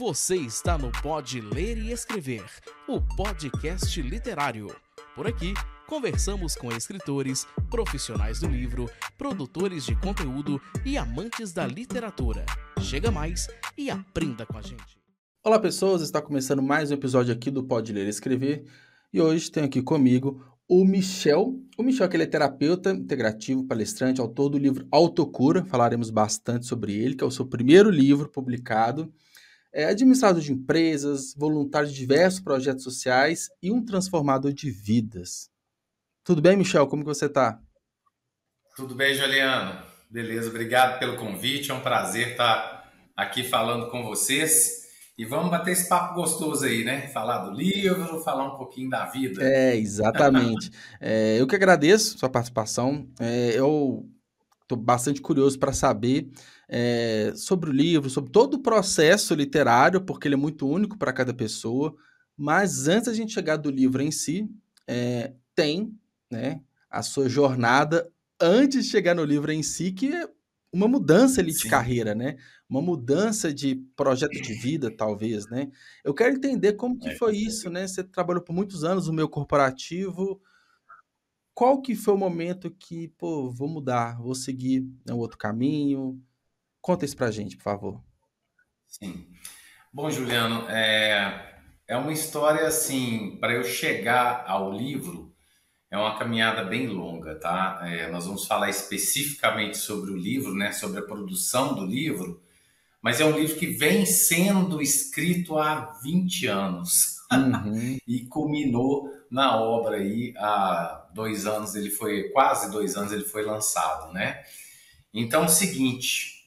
Você está no Pode Ler e Escrever, o podcast literário. Por aqui, conversamos com escritores, profissionais do livro, produtores de conteúdo e amantes da literatura. Chega mais e aprenda com a gente. Olá pessoas, está começando mais um episódio aqui do Pode Ler e Escrever e hoje tenho aqui comigo o Michel. O Michel que ele é terapeuta integrativo, palestrante, autor do livro Autocura, falaremos bastante sobre ele, que é o seu primeiro livro publicado. É administrador de empresas, voluntário de diversos projetos sociais e um transformador de vidas. Tudo bem, Michel? Como que você está? Tudo bem, Juliano? Beleza, obrigado pelo convite. É um prazer estar aqui falando com vocês. E vamos bater esse papo gostoso aí, né? Falar do livro, falar um pouquinho da vida. Exatamente. Eu que agradeço sua participação. Eu estou bastante curioso para saber sobre o livro, sobre todo o processo literário, porque ele é muito único para cada pessoa. Mas antes da gente chegar do livro em si, tem, né, a sua jornada antes de chegar no livro em si, que é uma mudança ali de Sim. carreira, né? Uma mudança de projeto de vida, talvez, né? Eu quero entender como que foi isso, né? Você trabalhou por muitos anos no meio corporativo. Qual que foi o momento que, vou mudar, vou seguir, né, um outro caminho? Conta isso pra gente, por favor. Sim. Bom, Juliano, é uma história assim, para eu chegar ao livro, é uma caminhada bem longa, tá? Nós vamos falar especificamente sobre o livro, né? Sobre a produção do livro, mas é um livro que vem sendo escrito há 20 anos Uhum. e culminou na obra aí há 2 anos, quase 2 anos ele foi lançado, né? Então é o seguinte,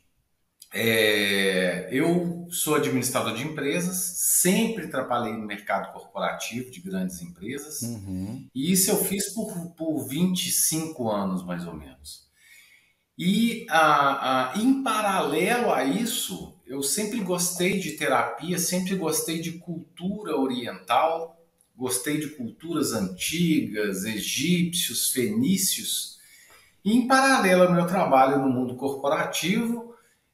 eu sou administrador de empresas, sempre trabalhei no mercado corporativo de grandes empresas, Uhum. e isso eu fiz por 25 anos, mais ou menos. E em paralelo a isso, eu sempre gostei de terapia, sempre gostei de cultura oriental, gostei de culturas antigas, egípcios, fenícios. E em paralelo ao meu trabalho no mundo corporativo,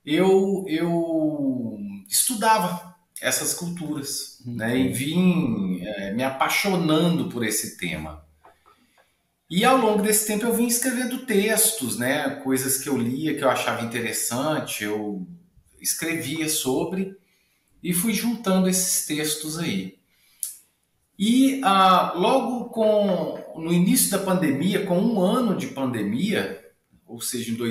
eu estudava essas culturas, né? E vim me apaixonando por esse tema. E ao longo desse tempo eu vim escrevendo textos, né? Coisas que eu lia, que eu achava interessante, eu escrevia sobre e fui juntando esses textos aí. E logo no início da pandemia, com 1 ano de pandemia, ou seja, em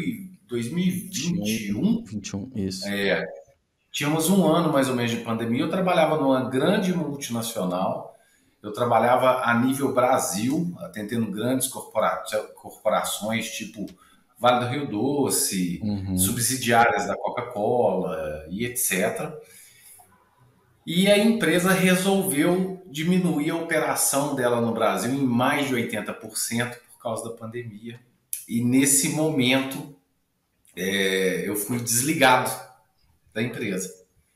2021, 21, isso. tínhamos 1 ano mais ou menos de pandemia. Eu trabalhava numa grande multinacional, eu trabalhava a nível Brasil, atendendo grandes corporações tipo Vale do Rio Doce, subsidiárias da Coca-Cola e etc. E a empresa resolveu diminuir a operação dela no Brasil em mais de 80% por causa da pandemia. E nesse momento eu fui desligado da empresa.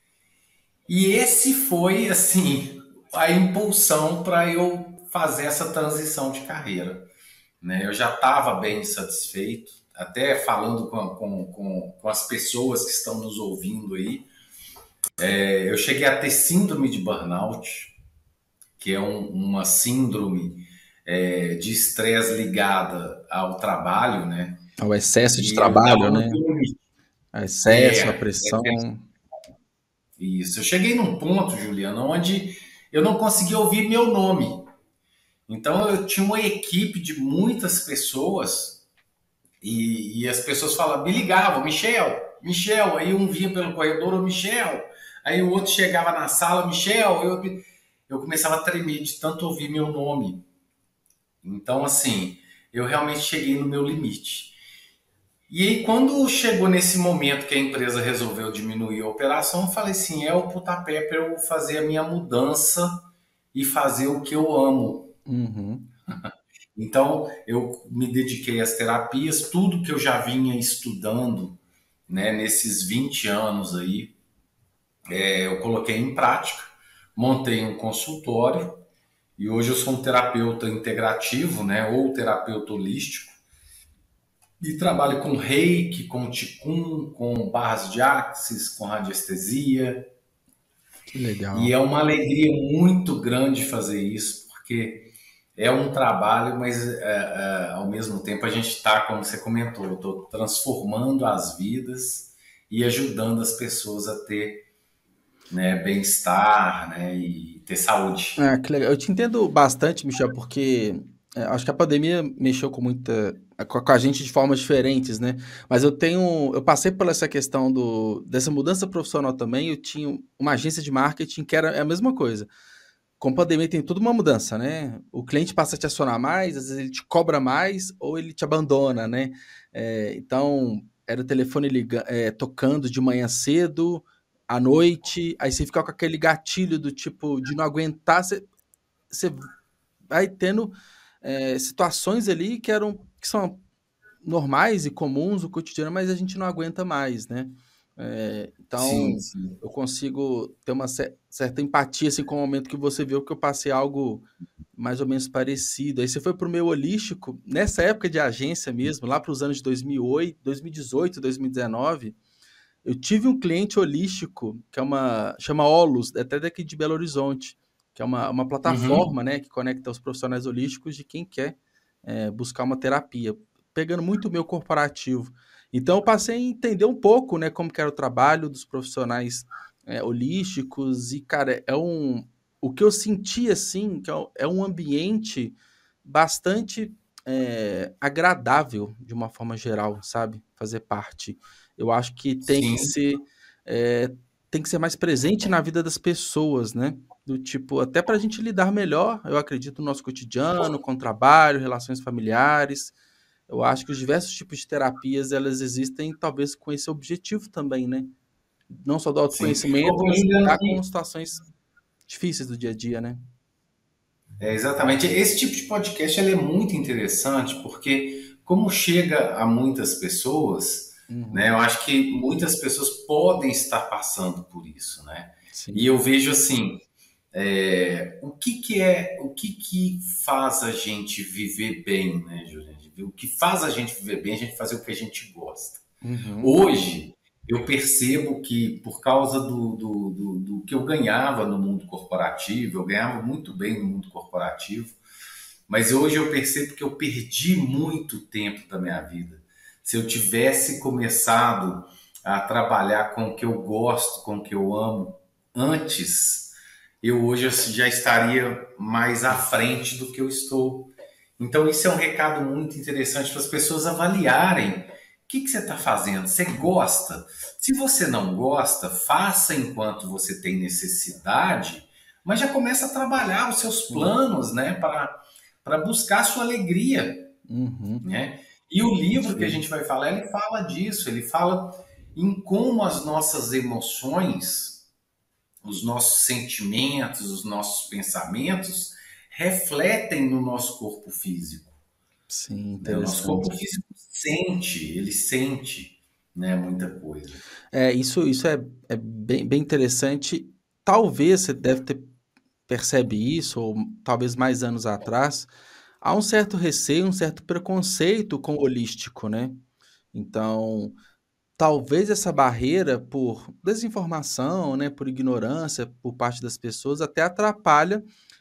E esse foi, assim, a impulsão para eu fazer essa transição de carreira, né? Eu já estava bem satisfeito, até falando com as pessoas que estão nos ouvindo aí. Eu cheguei a ter síndrome de burnout, que é uma síndrome de estresse ligada ao trabalho, né? O excesso de E eu trabalho, estava no né? limite. O excesso, a pressão. Isso. Eu cheguei num ponto, Juliana, onde eu não conseguia ouvir meu nome. Então eu tinha uma equipe de muitas pessoas e as pessoas falavam, me ligavam, Michel, Michel. Aí um vinha pelo corredor, Michel. Aí o outro chegava na sala, Michel. Eu começava a tremer de tanto ouvir meu nome. Então, assim, eu realmente cheguei no meu limite. E aí, quando chegou nesse momento que a empresa resolveu diminuir a operação, eu falei assim, é o pontapé para eu fazer a minha mudança e fazer o que eu amo. Uhum. Então, eu me dediquei às terapias, tudo que eu já vinha estudando, né, nesses 20 anos aí, eu coloquei em prática, montei um consultório e hoje eu sou um terapeuta integrativo, né, ou terapeuta holístico, e trabalho com reiki, com qigong, com barras de axis, com radiestesia, Que legal. E é uma alegria muito grande fazer isso, porque é um trabalho, mas ao mesmo tempo a gente está, como você comentou, eu estou transformando as vidas e ajudando as pessoas a ter, né, bem-estar, né, e ter saúde. Ah, que legal. Eu te entendo bastante, Michel, porque acho que a pandemia mexeu com com a gente de formas diferentes, né? Mas eu passei por essa questão dessa mudança profissional também. Eu tinha uma agência de marketing que era a mesma coisa. Com a pandemia tem tudo uma mudança, né? O cliente passa a te acionar mais, às vezes ele te cobra mais ou ele te abandona, né? Então, era o telefone tocando de manhã cedo, à noite, aí você fica com aquele gatilho do tipo de não aguentar, você vai tendo situações ali que são normais e comuns, o cotidiano, mas a gente não aguenta mais, né? Sim, Então, sim. eu consigo ter uma certa empatia assim, com o momento que você viu que eu passei algo mais ou menos parecido. Aí você foi pro meio holístico, nessa época de agência mesmo, lá para os anos de 2008, 2018, 2019, eu tive um cliente holístico chama Olus, até daqui de Belo Horizonte, que é uma Uhum. plataforma, né, que conecta os profissionais holísticos de quem quer buscar uma terapia, pegando muito o meu corporativo. Então eu passei a entender um pouco, né, como que era o trabalho dos profissionais holísticos e, cara, o que eu senti, assim, que é um ambiente bastante agradável, de uma forma geral, sabe? Fazer parte. Eu acho que Sim, é, tem que ser mais presente na vida das pessoas, né? Do tipo, até para a gente lidar melhor, eu acredito, no nosso cotidiano, com o trabalho, relações familiares. Eu acho que os diversos tipos de terapias, elas existem talvez com esse objetivo também, né? Não só do sim. autoconhecimento, Ô, mas Juliano, lidar com situações difíceis do dia a dia, né? exatamente. Esse tipo de podcast ele é muito interessante porque, como chega a muitas pessoas, né, Uhum, eu acho que muitas pessoas podem estar passando por isso, né? E sim. eu vejo assim, o que que faz a gente viver bem, né, Juliano? O que faz a gente viver bem é a gente fazer o que a gente gosta. Uhum, Hoje, eu percebo que, por causa do que eu ganhava no mundo corporativo, eu ganhava muito bem no mundo corporativo, mas hoje eu percebo que eu perdi muito tempo da minha vida. Se eu tivesse começado a trabalhar com o que eu gosto, com o que eu amo antes, eu hoje já estaria mais à frente do que eu estou. Então, isso é um recado muito interessante para as pessoas avaliarem o que você está fazendo. Você gosta? Se você não gosta, faça enquanto você tem necessidade, mas já começa a trabalhar os seus sim. planos, né, para buscar a sua alegria, Uhum, né? E o livro que a sim. gente vai falar, ele fala disso, ele fala em como as nossas emoções, os nossos sentimentos, os nossos pensamentos refletem no nosso corpo físico, Sim, né? O nosso corpo interessante. físico sente, ele sente, né, muita coisa. Isso é bem interessante. Talvez você deve ter percebe isso, ou talvez mais anos atrás, há um certo receio, um certo preconceito com o holístico, né? Então, talvez essa barreira por desinformação, né, por ignorância por parte das pessoas, até atrapalha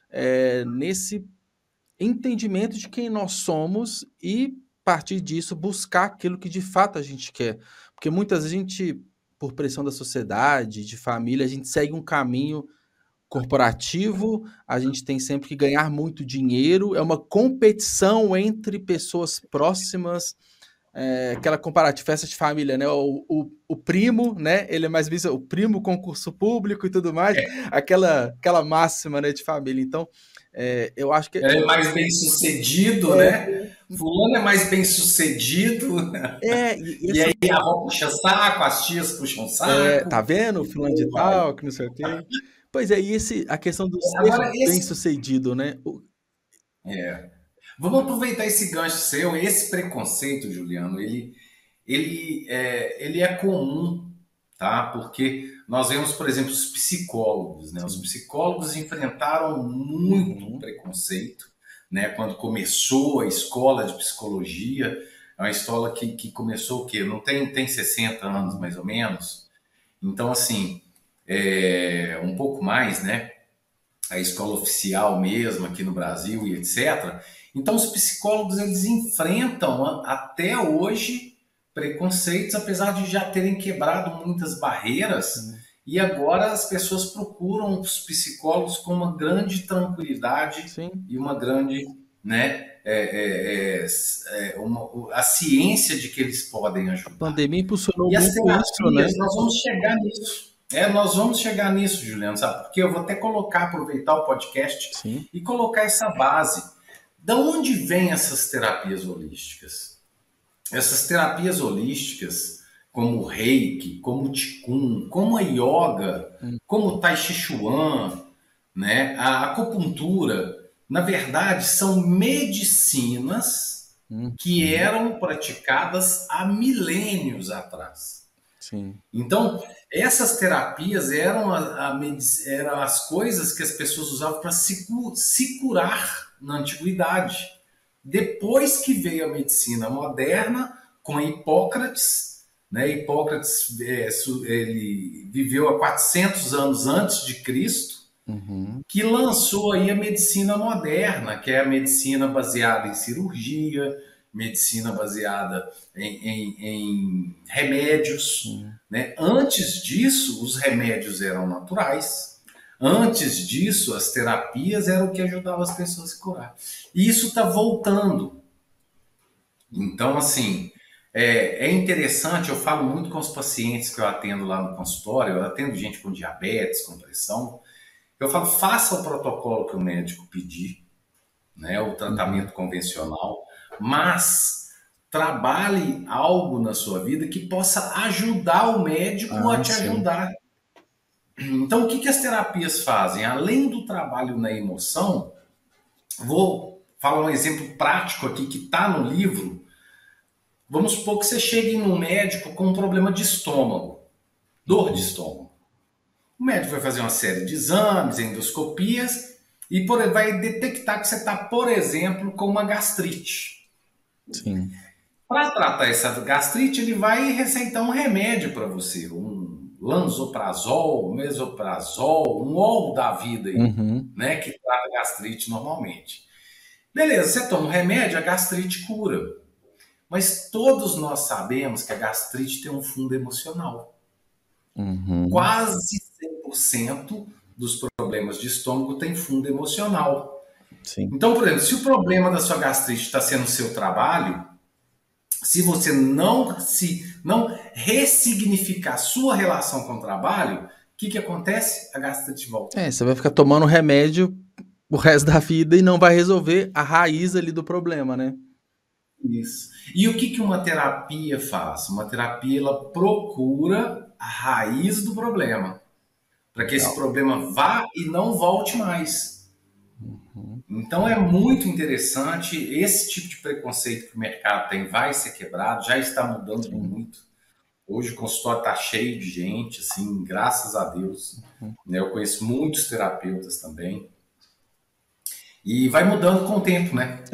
nesse entendimento de quem nós somos e, a partir disso, buscar aquilo que de fato a gente quer. Porque muitas vezes a gente, por pressão da sociedade, de família, a gente segue um caminho corporativo, a gente tem sempre que ganhar muito dinheiro, é uma competição entre pessoas próximas, aquela comparativa, festa de família, né? O primo, né? Ele é mais visto, o primo concurso público e tudo mais, aquela máxima, né, de família. Então, eu acho que É mais bem sucedido, é, né? Fulano é mais bem sucedido, e e essa aí a avó puxa saco, as tias puxam tá saco, vendo? e Fulano de por aí vai. tal, que não sei o quê. Pois é, e a questão do ser Agora, bem-sucedido, né? vamos aproveitar esse gancho seu, esse preconceito, Juliano, ele é comum, tá? Porque nós vemos, por exemplo, os psicólogos, né? Os Sim. psicólogos enfrentaram muito Uhum. preconceito, né? Quando começou a escola de psicologia, é uma escola que começou o quê? Não tem 60 anos, mais ou menos. Então, assim, um pouco mais, né? A escola oficial mesmo aqui no Brasil e etc. Então, os psicólogos eles enfrentam até hoje preconceitos, apesar de já terem quebrado muitas barreiras. E agora as pessoas procuram os psicólogos com uma grande tranquilidade Sim. e uma grande, né, a ciência de que eles podem A ajudar. pandemia impulsionou E as muito isso, né? terapias, nós vamos chegar nisso. Nós vamos chegar nisso, Juliano, sabe? Porque eu vou até aproveitar o podcast Sim. e colocar essa base. Da onde vêm essas terapias holísticas? Essas terapias holísticas, como o Reiki, como o Qigong, como a Yoga, como o Tai Chi Chuan, né? A acupuntura, na verdade, são medicinas que eram praticadas há milênios atrás. Sim. Então, essas terapias eram as coisas que as pessoas usavam para se curar na antiguidade. Depois que veio a medicina moderna, com Hipócrates, né? Hipócrates ele viveu há 400 anos antes de Cristo, que lançou aí a medicina moderna, que é a medicina baseada em cirurgia, medicina baseada em remédios. Né? Antes disso, os remédios eram naturais. Antes disso, as terapias eram o que ajudava as pessoas a se curar. E isso está voltando. Então, assim, é interessante, eu falo muito com os pacientes que eu atendo lá no consultório, eu atendo gente com diabetes, com pressão. Eu falo, faça o protocolo que o médico pedir, né, o tratamento convencional, mas trabalhe algo na sua vida que possa ajudar o médico a te ajudar. Então, o que as terapias fazem? Além do trabalho na emoção, vou falar um exemplo prático aqui que está no livro. Vamos supor que você chegue no médico com um problema de estômago, dor de estômago. O médico vai fazer uma série de exames, endoscopias, e vai detectar que você está, por exemplo, com uma gastrite. Sim. Para tratar essa gastrite, ele vai receitar um remédio para você, um lanzoprazol, mesoprazol, um ol da vida aí, né, que trata gastrite normalmente. Beleza, você toma um remédio, a gastrite cura. Mas todos nós sabemos que a gastrite tem um fundo emocional. Quase 100% dos problemas de estômago tem fundo emocional. Sim. Então, por exemplo, se o problema da sua gastrite está sendo o seu trabalho, se você não ressignificar a sua relação com o trabalho, o que acontece? A gastrite volta. Você vai ficar tomando remédio o resto da vida e não vai resolver a raiz ali do problema, né? Isso. E o que uma terapia faz? Uma terapia, ela procura a raiz do problema, para que esse problema vá e não volte mais. Então é muito interessante, esse tipo de preconceito que o mercado tem vai ser quebrado, já está mudando muito. Hoje o consultório está cheio de gente, assim, graças a Deus. Né? Eu conheço muitos terapeutas também. E vai mudando com o tempo, né?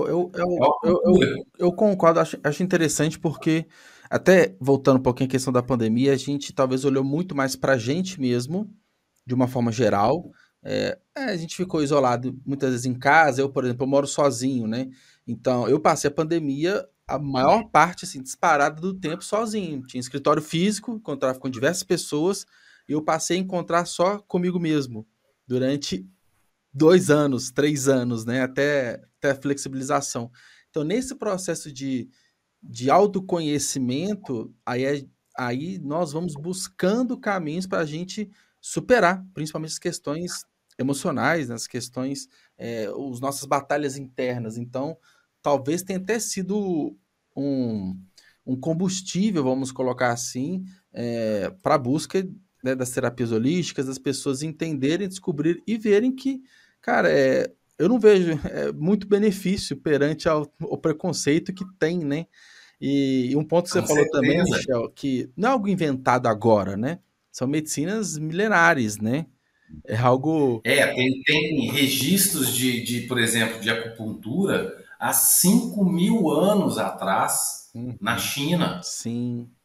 Eu concordo, acho interessante porque, até voltando um pouquinho à questão da pandemia, a gente talvez olhou muito mais para a gente mesmo, de uma forma geral. A gente ficou isolado muitas vezes em casa. Eu, por exemplo, eu moro sozinho, né? Então, eu passei a pandemia, a maior parte, assim, disparada do tempo sozinho. Tinha escritório físico, encontrava com diversas pessoas, e eu passei a encontrar só comigo mesmo, durante 2 anos, 3 anos, né? Até a flexibilização. Então, nesse processo de autoconhecimento, aí nós vamos buscando caminhos para a gente superar, principalmente as questões emocionais, né? As questões, as nossas batalhas internas. Então, talvez tenha até sido um combustível, vamos colocar assim, para a busca, né, das terapias holísticas, das pessoas entenderem, descobrir e verem que, cara, eu não vejo muito benefício perante ao preconceito que tem, né? E um ponto que você falou também, Michel, que não é algo inventado agora, né? São medicinas milenares, né? É algo... Tem registros por exemplo, de acupuntura há 5.000 anos atrás, na China. Sim.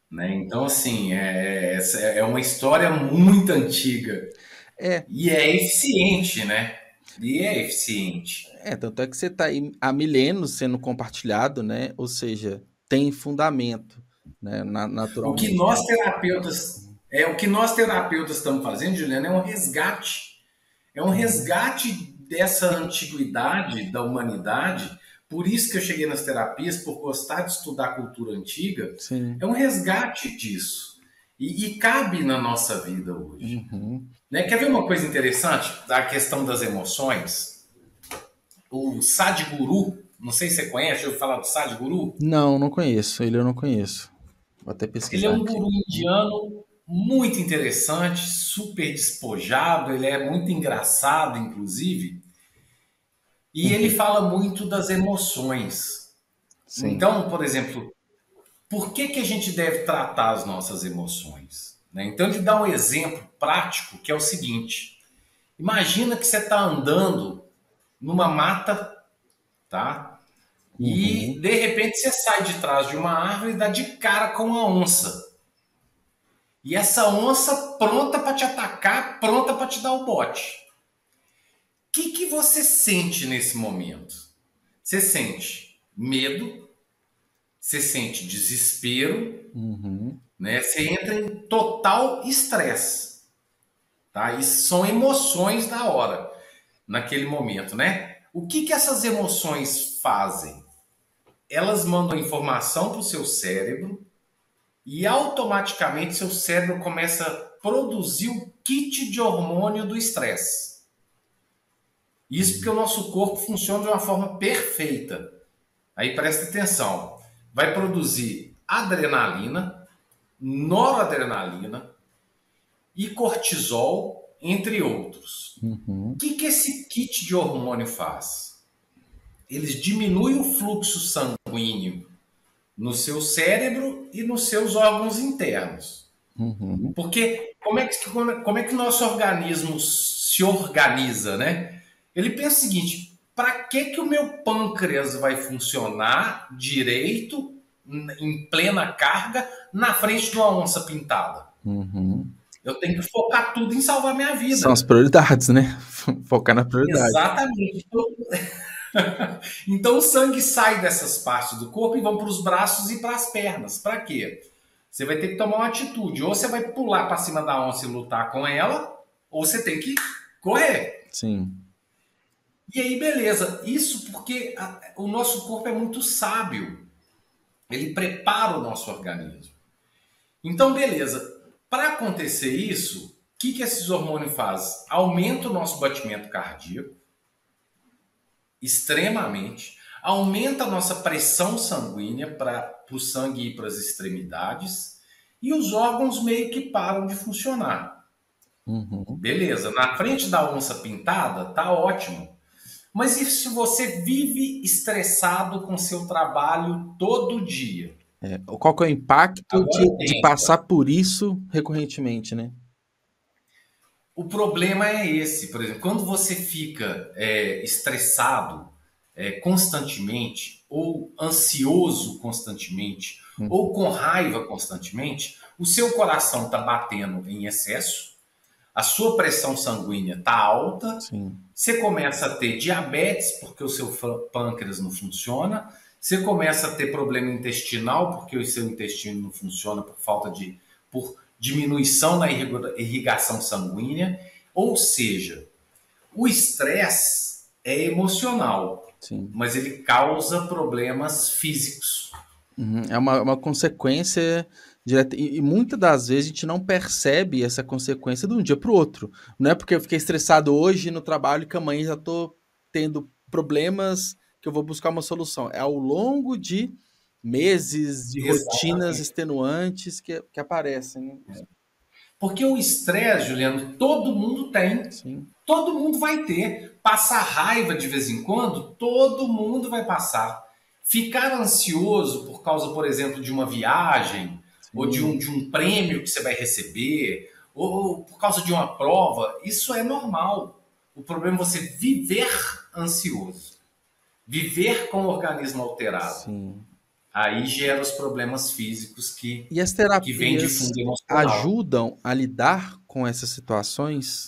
né? Então, assim, é uma história muito antiga É, e é eficiente, né? E é eficiente. tanto é que você está aí há milênios sendo compartilhado, né? Ou seja, tem fundamento, né? O que Naturalmente. nós terapeutas, o que nós terapeutas estamos fazendo, Juliana, é um resgate. É um Uhum. resgate dessa antiguidade da humanidade. Por isso que eu cheguei nas terapias, por gostar de estudar cultura antiga. É Sim. um resgate disso. E cabe na nossa vida hoje. Uhum. Né? Quer ver uma coisa interessante da questão das emoções? O Sadhguru, não sei se você conhece, já ouviu falar do Sadhguru? Não, não conheço. Ele eu não conheço. Vou até Ele é pesquisar um aqui. guru indiano muito interessante, super despojado, ele é muito engraçado, inclusive, e ele Uhum. fala muito das emoções. Sim. Então, por exemplo, por que a gente deve tratar as nossas emoções? Né? Então, ele dá um exemplo prático que é o seguinte: imagina que você está andando numa mata, tá? E Uhum. de repente você sai de trás de uma árvore e dá de cara com uma onça. E essa onça pronta para te atacar, pronta para te dar o bote. O que você sente nesse momento? Você sente medo, você sente desespero, Uhum. né? Você entra em total estresse, tá? Isso são emoções da hora, naquele momento, né? O que essas emoções fazem? Elas mandam informação para o seu cérebro e automaticamente seu cérebro começa a produzir o kit de hormônio do estresse. Isso porque o nosso corpo funciona de uma forma perfeita. Aí presta atenção. Vai produzir adrenalina, noradrenalina e cortisol, entre outros. O Uhum. que esse kit de hormônio faz? Eles diminuem o fluxo sanguíneo no seu cérebro e nos seus órgãos internos. Uhum. Porque como é que o nosso organismo se organiza, né? Ele pensa o seguinte: para que o meu pâncreas vai funcionar direito, em plena carga, na frente de uma onça pintada? Uhum. Eu tenho que focar tudo em salvar minha São as vida. prioridades, né? Focar na prioridade. Exatamente. Então o sangue sai dessas partes do corpo e vão para os braços e para as pernas. Para quê? Você vai ter que tomar uma atitude. Ou você vai pular para cima da onça e lutar com ela, ou você tem que correr. Sim. E aí, beleza. Isso porque o nosso corpo é muito sábio. Ele prepara o nosso organismo. Então, beleza. Para acontecer isso, o que esses hormônios fazem? Aumenta o nosso batimento cardíaco extremamente, aumenta a nossa pressão sanguínea para o sangue ir para as extremidades e os órgãos meio que param de funcionar. Uhum. Beleza, na frente da onça pintada, tá ótimo. Mas e se você vive estressado com seu trabalho todo dia? Qual que é o impacto Agora de pensa, passar por isso recorrentemente, né? o problema é esse, por exemplo, quando você fica estressado constantemente, ou ansioso constantemente, Hum. ou com raiva constantemente, o seu coração está batendo em excesso, a sua pressão sanguínea está alta, Sim. você começa a ter diabetes porque o seu pâncreas não funciona, você começa a ter problema intestinal porque o seu intestino não funciona por diminuição na irrigação sanguínea, ou seja, o estresse é emocional, Sim. mas ele causa problemas físicos. Uhum. É uma consequência direta. E muitas das vezes a gente não percebe essa consequência de um dia para o outro. Não é porque eu fiquei estressado hoje no trabalho que amanhã já estou tendo problemas que eu vou buscar uma solução. É ao longo de meses, de rotinas Exatamente. extenuantes que aparecem, né? Porque o estresse, Juliano, todo mundo tem. Sim, Todo mundo vai ter. Passar raiva de vez em quando, todo mundo vai passar. Ficar ansioso por causa, por exemplo, de uma viagem, ou sim. de um prêmio que você vai receber, ou por causa de uma prova, isso é normal. O problema é você viver ansioso, viver com o organismo alterado. Sim. aí gera os problemas físicos E as que vêm de terapias fundo emocional. ajudam a lidar com essas situações?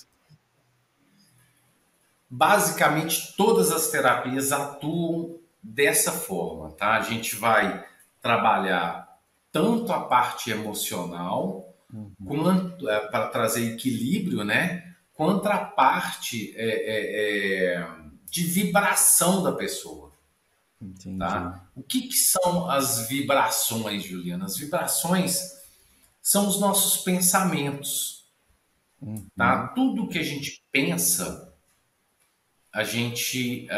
Basicamente, todas as terapias atuam dessa forma, tá? A gente vai trabalhar tanto a parte emocional, para trazer equilíbrio, né? Quanto a parte de vibração da pessoa, Entendi. tá? O que são as vibrações, Juliana? As vibrações são os nossos pensamentos, tá? Tudo que a gente pensa, a gente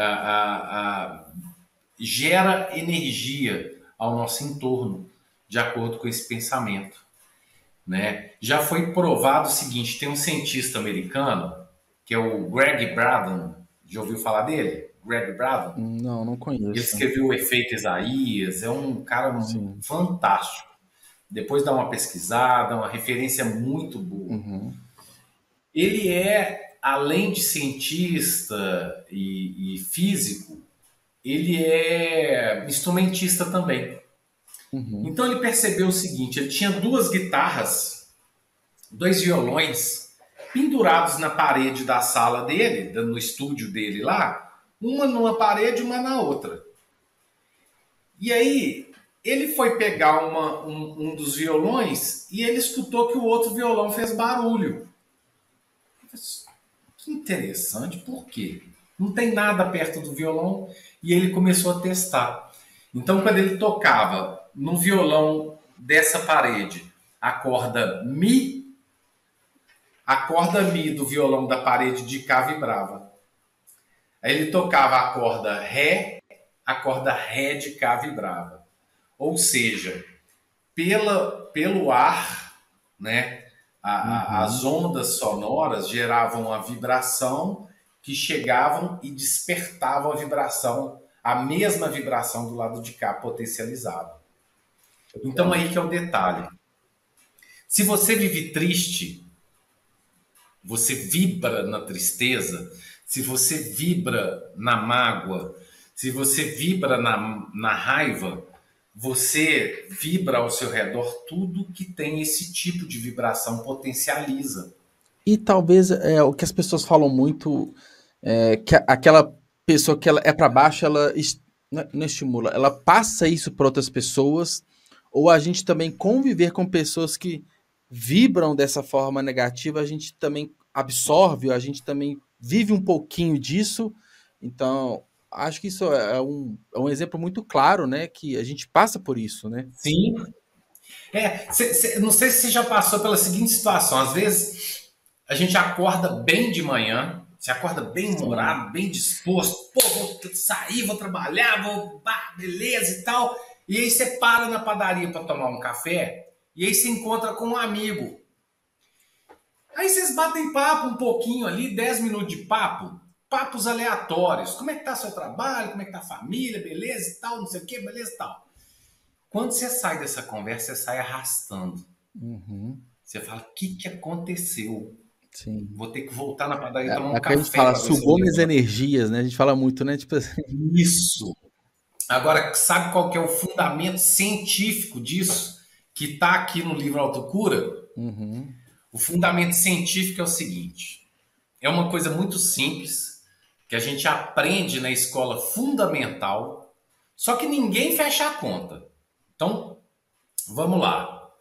gera energia ao nosso entorno, de acordo com esse pensamento, né? Já foi provado o seguinte, tem um cientista americano, que é o Greg Braden, já ouviu falar dele? Greg Braden? Não Ele conheço. escreveu o Efeito Isaías, é um cara Sim. fantástico. Depois dá uma pesquisada, uma referência muito boa. Ele é, além de cientista e físico, ele é instrumentista também. Então ele percebeu o seguinte, ele tinha duas guitarras, dois violões, pendurados na parede da sala dele, no estúdio dele lá, uma numa parede e uma na outra. E aí ele foi pegar um dos violões e ele escutou que o outro violão fez barulho. Que interessante, por quê? Não tem nada perto do violão e ele começou a testar. Então, quando ele tocava no violão dessa parede a corda Mi do violão da parede de cá vibrava. Aí ele tocava a corda Ré de cá vibrava. Ou seja, pelo ar, né, as ondas sonoras geravam uma vibração que chegavam e despertavam a vibração, a mesma vibração do lado de cá, potencializada. Então aí que é o detalhe. Se você vive triste, você vibra na tristeza, se você vibra na mágoa, se você vibra na raiva, você vibra ao seu redor, tudo que tem esse tipo de vibração potencializa. E talvez o que as pessoas falam muito que aquela pessoa que ela é para baixo, ela não estimula, ela passa isso para outras pessoas, ou a gente também conviver com pessoas que vibram dessa forma negativa, a gente também absorve, a gente também vive um pouquinho disso. Então, acho que isso é um exemplo muito claro, né? Que a gente passa por isso, né? Sim. Não sei se você já passou pela seguinte situação. Às vezes, a gente acorda bem de manhã, você acorda bem humorado, bem disposto. Pô, vou sair, vou trabalhar, beleza e tal. E aí você para na padaria para tomar um café e aí você encontra com um amigo. Aí vocês batem papo um pouquinho ali, 10 minutos de papo, papos aleatórios. Como é que tá seu trabalho? Como é que tá a família? Beleza e tal, não sei o que, beleza e tal. Quando você sai dessa conversa, você sai arrastando. Você fala, o que aconteceu? Sim. Vou ter que voltar na padaria e tomar um café. A gente fala, sugou minhas energias, né? A gente fala muito, né? Tipo assim. Isso. Agora, sabe qual que é o fundamento científico disso? Que está aqui no livro Autocura? O fundamento científico é o seguinte. É uma coisa muito simples, que a gente aprende na escola fundamental, só que ninguém fecha a conta. Então, vamos lá.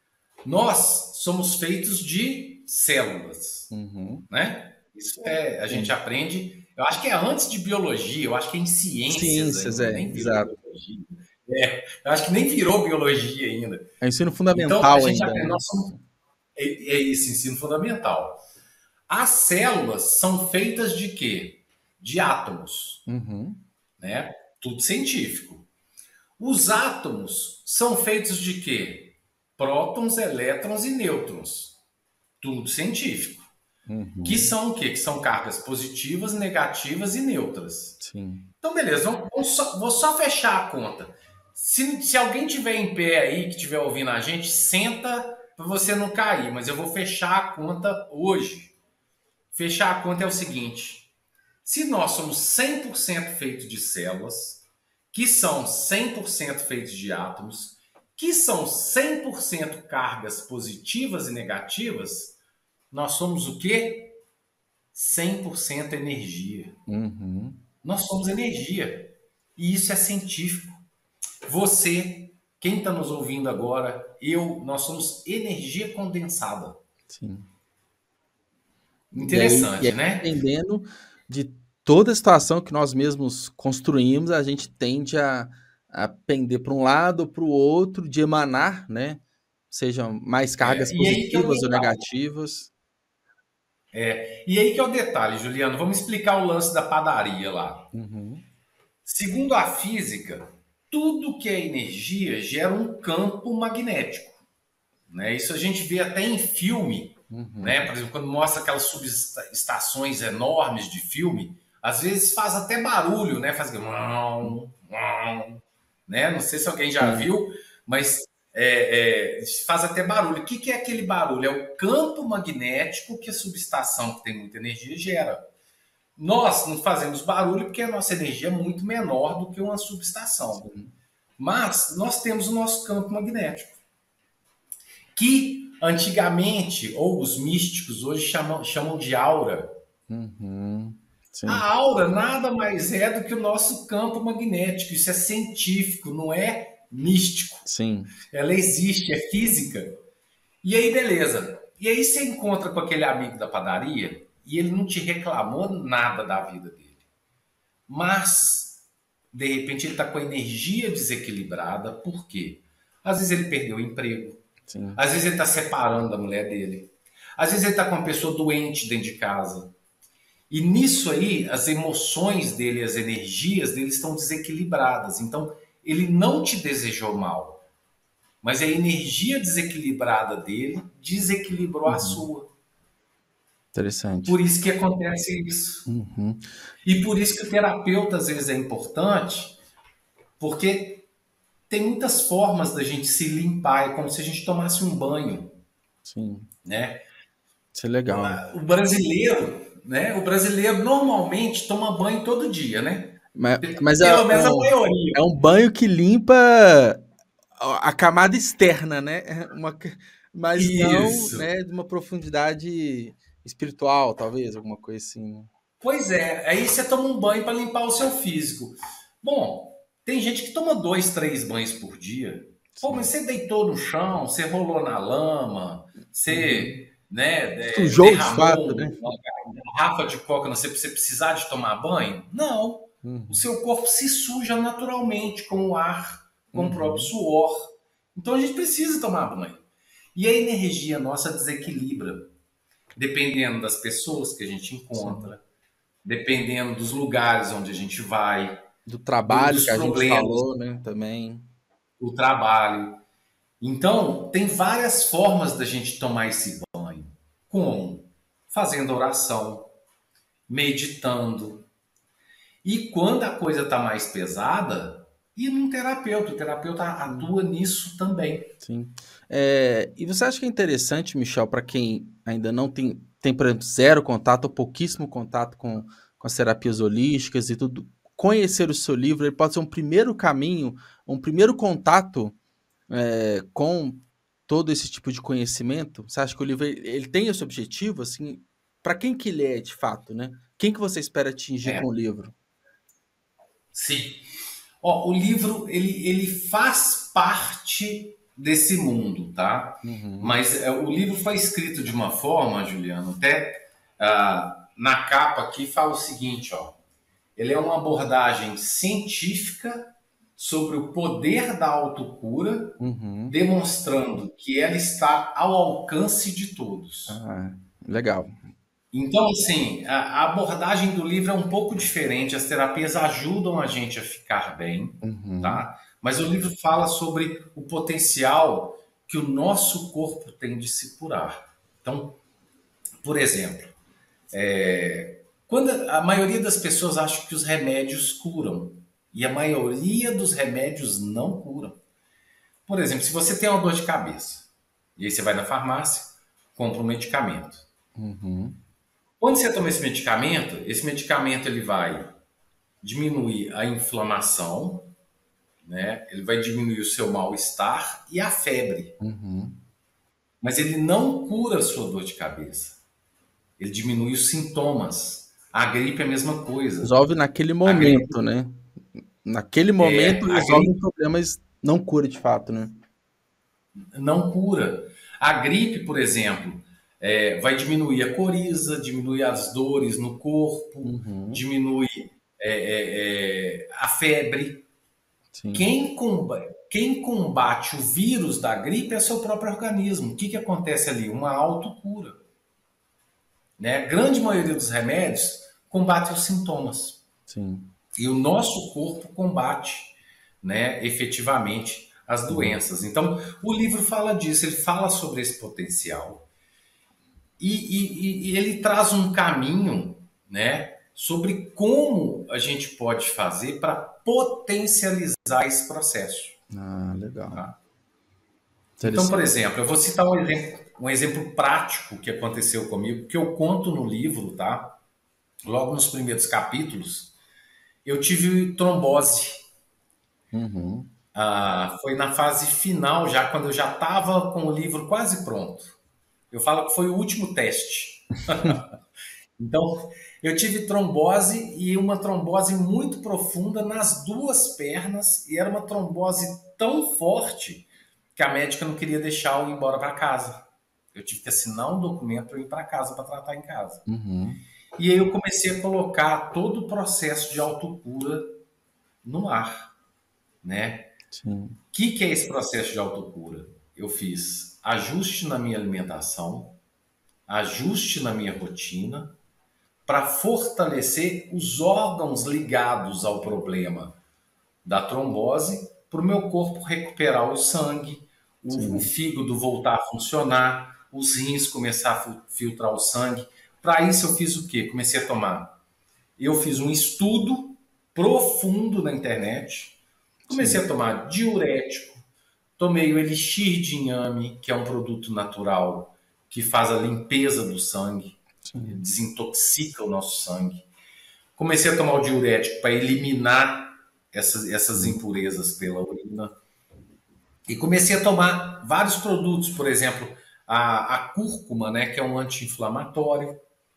Nós somos feitos de células, né? Isso a gente aprende, eu acho que é antes de biologia, eu acho que é em ciências ainda, nem virou exato. biologia. Eu acho que nem virou biologia ainda. É ensino fundamental então, a gente ainda. Aprende, nós somos, é esse ensino fundamental. As células são feitas de quê? De átomos, né? Tudo científico. Os átomos são feitos de quê? Prótons, elétrons e nêutrons. Tudo científico. Que são o quê? Que são cargas positivas, negativas e neutras. Sim. Então, beleza. Vou só fechar a conta. Se alguém tiver em pé aí, que estiver ouvindo a gente, senta para você não cair. Mas eu vou fechar a conta hoje. Fechar a conta é o seguinte. Se nós somos 100% feitos de células, que são 100% feitos de átomos, que são 100% cargas positivas e negativas, nós somos o quê? 100% energia. Uhum. Nós somos energia. E isso é científico. Você, quem está nos ouvindo agora, nós somos energia condensada. Sim. Interessante, e aí, né? dependendo de toda a situação que nós mesmos construímos, a gente tende a pender para um lado ou para o outro, de emanar, né? Sejam mais cargas E aí que é o positivas ou detalhe. negativas. E aí que é o detalhe, Juliano. Vamos explicar o lance da padaria lá. Uhum. Segundo a física, tudo que é energia gera um campo magnético. Né? Isso a gente vê até em filme. Uhum. Né? Por exemplo, quando mostra aquelas subestações enormes de filme, às vezes faz até barulho, né? Faz né? Não sei se alguém já viu, mas faz até barulho. O que é aquele barulho? É o campo magnético que a subestação, que tem muita energia, gera. Nós não fazemos barulho porque a nossa energia é muito menor do que uma subestação. Sim. Mas nós temos o nosso campo magnético, que antigamente, ou os místicos hoje chamam de aura. Uhum. Sim. A aura nada mais é do que o nosso campo magnético. Isso é científico, não é místico. Sim. Ela existe, é física. E aí, beleza. E aí você encontra com aquele amigo da padaria e ele não te reclamou nada da vida dele. Mas, de repente, ele está com a energia desequilibrada. Por quê? Às vezes ele perdeu o emprego. Sim. Às vezes ele está separando da mulher dele. Às vezes ele está com uma pessoa doente dentro de casa. E nisso aí, as emoções dele, as energias dele estão desequilibradas. Então, ele não te desejou mal. Mas a energia desequilibrada dele desequilibrou a sua. Interessante. Por isso que acontece isso. Uhum. E por isso que o terapeuta, às vezes, é importante, porque tem muitas formas da gente se limpar. É como se a gente tomasse um banho. Sim. Né? Isso é legal. O brasileiro, né? O brasileiro normalmente toma banho todo dia, né? Mas pelo menos a maioria. É um banho que limpa a camada externa, né? Mas Isso. não, né, de uma profundidade espiritual, talvez, alguma coisa assim. Né? Pois é, aí você toma um banho para limpar o seu físico. Bom, tem gente que toma 2, 3 banhos por dia. Pô, mas você deitou no chão, você rolou na lama, você Sujou de fato, derramou né? uma garrafa de coca, não sei, pra você precisar de tomar banho? Não. O seu corpo se suja naturalmente com o ar, com o próprio suor. Então a gente precisa tomar banho. E a energia nossa desequilibra, dependendo das pessoas que a gente encontra, dependendo dos lugares onde a gente vai, do trabalho dos que a gente problemas, falou, né? Também. o trabalho. Então, tem várias formas da gente tomar esse banho. Como? Fazendo oração, meditando. E quando a coisa está mais pesada, ir num terapeuta. O terapeuta atua nisso também. Sim. E você acha que é interessante, Michel, para quem ainda não tem, por exemplo, zero contato ou pouquíssimo contato com as terapias holísticas e tudo, conhecer o seu livro, ele pode ser um primeiro caminho, um primeiro contato com todo esse tipo de conhecimento? Você acha que o livro ele tem esse objetivo, assim, para quem que ele é de fato, né? Quem que você espera atingir com o livro? Sim. O livro, ele faz parte desse mundo, tá? Mas o livro foi escrito de uma forma, Juliano, até na capa aqui fala o seguinte, ele é uma abordagem científica sobre o poder da autocura, demonstrando que ela está ao alcance de todos. Legal. Então, assim, a abordagem do livro é um pouco diferente. As terapias ajudam a gente a ficar bem, tá? Mas o livro fala sobre o potencial que o nosso corpo tem de se curar. Então, por exemplo, quando a maioria das pessoas acha que os remédios curam, e a maioria dos remédios não curam. Por exemplo, se você tem uma dor de cabeça, e aí você vai na farmácia, compra um medicamento. Quando você toma esse medicamento ele vai diminuir a inflamação, né? Ele vai diminuir o seu mal-estar e a febre. Uhum. Mas ele não cura a sua dor de cabeça. Ele diminui os sintomas. A gripe é a mesma coisa. Resolve naquele A gripe, momento, né? Naquele momento a resolve gripe o problema, mas não cura de fato, né? não cura. A gripe, por exemplo, vai diminuir a coriza, diminui as dores no corpo, Uhum. diminui a febre. Sim. Quem combate o vírus da gripe é seu próprio organismo. O que acontece ali? Uma autocura. Né? A grande maioria dos remédios combate os sintomas. Sim. E o nosso corpo combate, né, efetivamente as doenças. Então, o livro fala disso, ele fala sobre esse potencial. E ele traz um caminho, né, sobre como a gente pode fazer para potencializar esse processo. Ah, legal. Tá? Então, por Interessante. exemplo, eu vou citar um exemplo prático que aconteceu comigo, que eu conto no livro, tá? Logo nos primeiros capítulos, eu tive trombose. Uhum. Foi na fase final, já quando eu já estava com o livro quase pronto. Eu falo que foi o último teste. Então, eu tive trombose e uma trombose muito profunda nas duas pernas, e era uma trombose tão forte que a médica não queria deixar eu ir embora para casa. Eu tive que assinar um documento para ir para casa para tratar em casa. Uhum. E aí eu comecei a colocar todo o processo de autocura no ar, né? Sim. O que é esse processo de autocura? Eu fiz ajuste na minha alimentação, ajuste na minha rotina, para fortalecer os órgãos ligados ao problema da trombose, para o meu corpo recuperar o sangue, o Sim. fígado voltar a funcionar, os rins começar a filtrar o sangue. Para isso eu fiz o quê? Comecei a tomar. Eu fiz um estudo profundo na internet, comecei Sim. a tomar diurético, tomei o elixir de inhame, que é um produto natural que faz a limpeza do sangue, Sim. desintoxica o nosso sangue. Comecei a tomar o diurético para eliminar essas impurezas pela urina. E comecei a tomar vários produtos, por exemplo, a cúrcuma, né, que é um anti-inflamatório.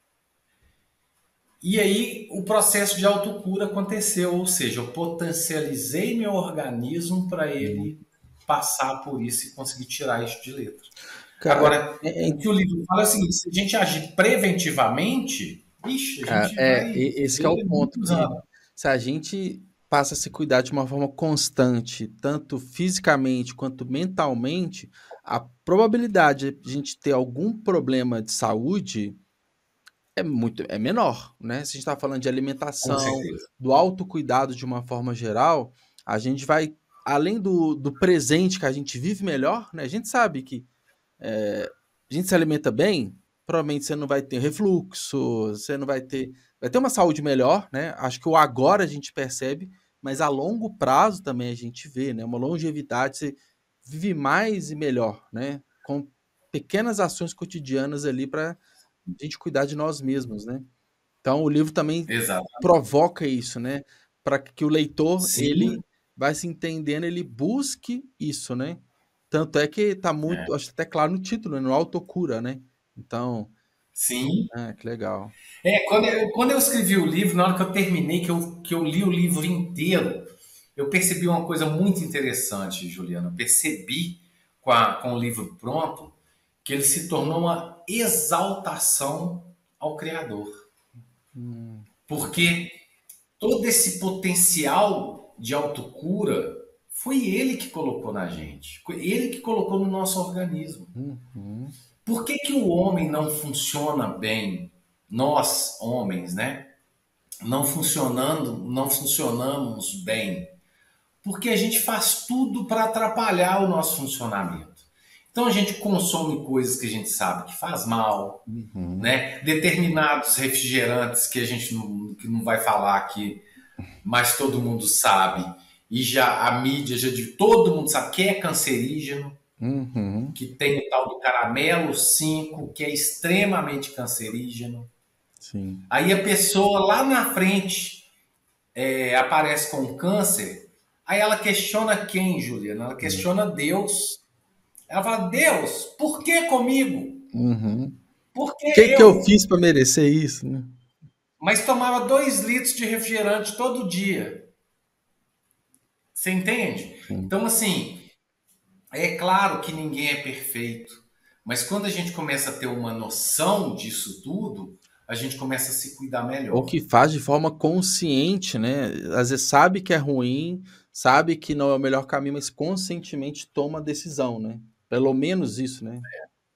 E aí o processo de autocura aconteceu, ou seja, eu potencializei meu organismo para ele passar por isso e conseguir tirar isso de letra. Cara, Agora, o que o livro fala é o seguinte: se a gente agir preventivamente, ixi, a gente vai esse que é o ver ponto, muitos que anos. se a gente passa a se cuidar de uma forma constante, tanto fisicamente quanto mentalmente, a probabilidade de a gente ter algum problema de saúde é menor, né? Se a gente está falando de Com alimentação, certeza. do autocuidado de uma forma geral, a gente vai, além do presente que a gente vive melhor, né? A gente sabe que a gente se alimenta bem, provavelmente você não vai ter refluxo, você não vai ter uma saúde melhor, né? Acho que o agora a gente percebe, mas a longo prazo também a gente vê, né? Uma longevidade, você vive mais e melhor, né? Com pequenas ações cotidianas ali para a gente cuidar de nós mesmos, né? Então o livro também Exato. provoca isso, né? Para que o leitor ele Sim, vai se entendendo, ele busque isso, né? Tanto é que tá é. muito, acho até claro no título, né? No autocura, né? Então, Sim. que legal. Quando eu escrevi o livro, na hora que eu terminei, que eu li o livro inteiro, eu percebi uma coisa muito interessante, Juliana. Eu percebi com o livro pronto que ele se tornou uma exaltação ao Criador. Hum, Porque todo esse potencial de autocura foi ele que colocou na gente, foi ele que colocou no nosso organismo. uhum, Por que o homem não funciona bem? Nós, homens, né? Não funcionamos bem. Porque a gente faz tudo para atrapalhar o nosso funcionamento. Então a gente consome coisas que a gente sabe que faz mal, uhum, né? Determinados refrigerantes que a gente que não vai falar aqui, mas todo mundo sabe. E já a mídia já de todo mundo sabe que é cancerígeno, uhum, que tem o tal do caramelo 5, que é extremamente cancerígeno. sim. Aí a pessoa lá na frente aparece com câncer, Aí ela questiona quem, Juliana? Ela questiona Deus. Ela fala, Deus, por que comigo? Uhum. Por que O que que eu eu? fiz para merecer isso, né? Mas tomava 2 litros de refrigerante todo dia. Você entende? Sim. Então, assim, é claro que ninguém é perfeito, mas quando a gente começa a ter uma noção disso tudo, a gente começa a se cuidar Ou melhor. que faz de forma consciente, né? Às vezes sabe que é ruim, sabe que não é o melhor caminho, mas conscientemente toma a decisão, né? Pelo menos isso, né?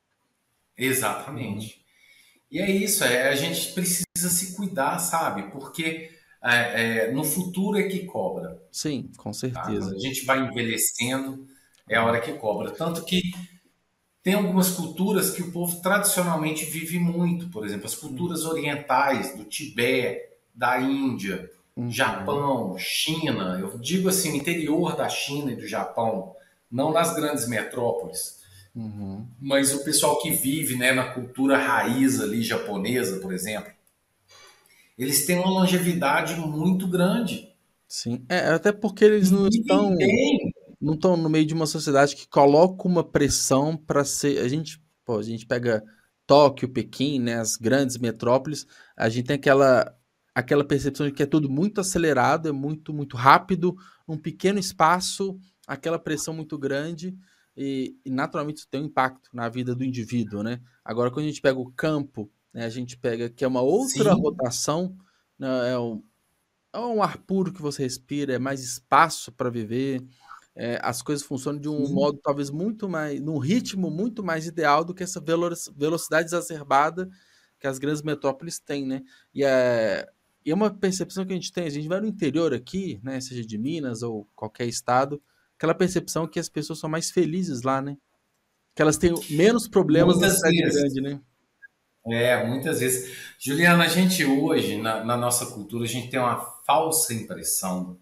Uhum. Exatamente. E é isso, a gente precisa se cuidar, sabe? Porque no futuro é que cobra, Sim, com tá? Quando certeza. a gente vai envelhecendo, é a hora que cobra. Tanto que tem algumas culturas que o povo tradicionalmente vive muito, por exemplo, as culturas orientais, do Tibete, da Índia, Uhum. Japão, China, eu digo assim, o interior da China e do Japão, não nas grandes metrópoles, Uhum. mas o pessoal que vive, né, na cultura raiz ali japonesa, por exemplo, eles têm uma longevidade muito grande Sim. Até porque eles e vivem bem. não estão no meio de uma sociedade que coloca uma pressão para ser. A gente pega Tóquio, Pequim, né, as grandes metrópoles, a gente tem aquela percepção de que é tudo muito acelerado, é muito rápido, um pequeno espaço, aquela pressão muito grande e naturalmente isso tem um impacto na vida do indivíduo, né? Agora, quando a gente pega o campo, né, a gente pega que é uma outra Sim, rotação, né, é um ar puro que você respira, é mais espaço para viver. As coisas funcionam de um sim. modo talvez muito mais, num ritmo muito mais ideal do que essa velocidade exacerbada que as grandes metrópoles têm, né? E é uma percepção que a gente vai no interior aqui, né? Seja de Minas ou qualquer estado, aquela percepção que as pessoas são mais felizes lá, né? Que elas têm menos problemas na Muitas cidade vezes. grande, né? Muitas vezes. Juliana, a gente hoje, na nossa cultura, a gente tem uma falsa impressão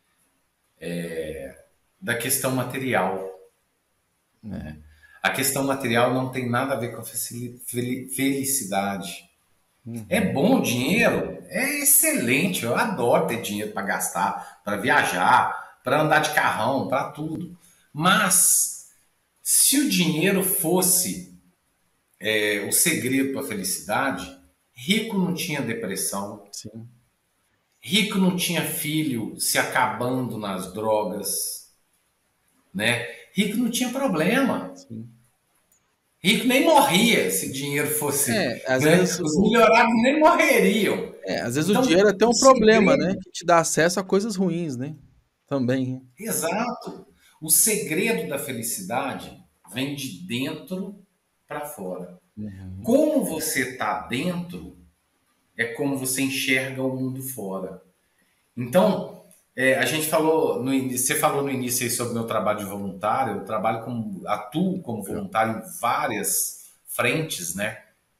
da questão material. É. A questão material não tem nada a ver com a felicidade. É Uhum. bom o dinheiro? É excelente. Eu adoro ter dinheiro para gastar, para viajar, para andar de carrão, para tudo. Mas, se o dinheiro fosse o segredo para a felicidade, rico não tinha depressão, Sim, rico não tinha filho se acabando nas drogas, né? Rico não tinha problema. sim. Rico nem morria se dinheiro fosse, Às né? vezes Os milionários nem morreriam. às vezes o dinheiro Então, é até o um problema, segredo, né? Que te dá acesso a coisas ruins, né? Também. Né? exato, o segredo da felicidade vem de dentro para fora. Uhum. Como você está dentro é como você enxerga o mundo fora. Então, a gente falou no início, você falou no início aí sobre o meu trabalho de voluntário. Eu atuo como voluntário em várias frentes, né?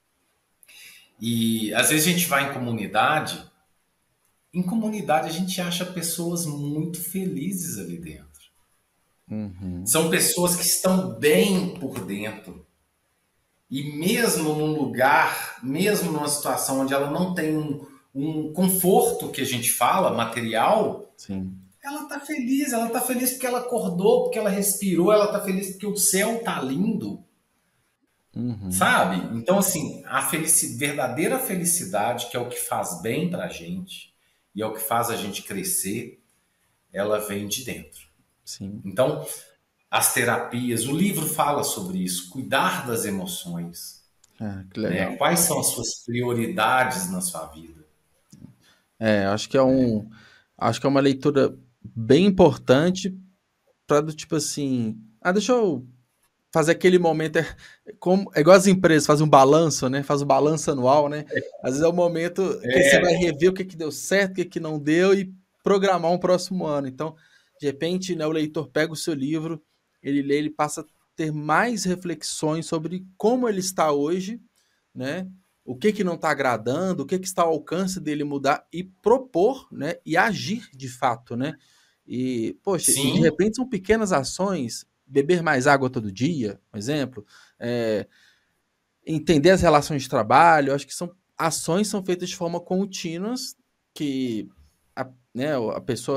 E às vezes a gente vai em comunidade. Em comunidade a gente acha pessoas muito felizes ali dentro. Uhum. São pessoas que estão bem por dentro. E mesmo num lugar, mesmo numa situação onde ela não tem um conforto que a gente fala, material, Sim. ela tá feliz porque ela acordou, porque ela respirou, ela tá feliz porque o céu tá lindo, Uhum. sabe? Então, assim, verdadeira felicidade, que é o que faz bem pra gente e é o que faz a gente crescer, ela vem de dentro. Sim. Então, as terapias, o livro fala sobre isso, cuidar das emoções, Ah, que né? legal. Quais são as suas prioridades na sua vida? Acho que acho que é uma leitura bem importante para do tipo assim, deixa eu fazer aquele momento é igual as empresas fazem um balanço, né? Faz o balanço anual, né? Às vezes é o momento que você vai rever o que que deu certo, o que que não deu e programar um próximo ano. Então, de repente, né, o leitor pega o seu livro, ele lê, ele passa a ter mais reflexões sobre como ele está hoje, né? O que que não está agradando, o que que está ao alcance dele mudar e propor, né? E agir de fato, né? E, poxa, e de Sim, repente são pequenas ações, beber mais água todo dia, por exemplo, é, entender as relações de trabalho, acho que são ações são feitas de forma contínuas que a, né, a pessoa ela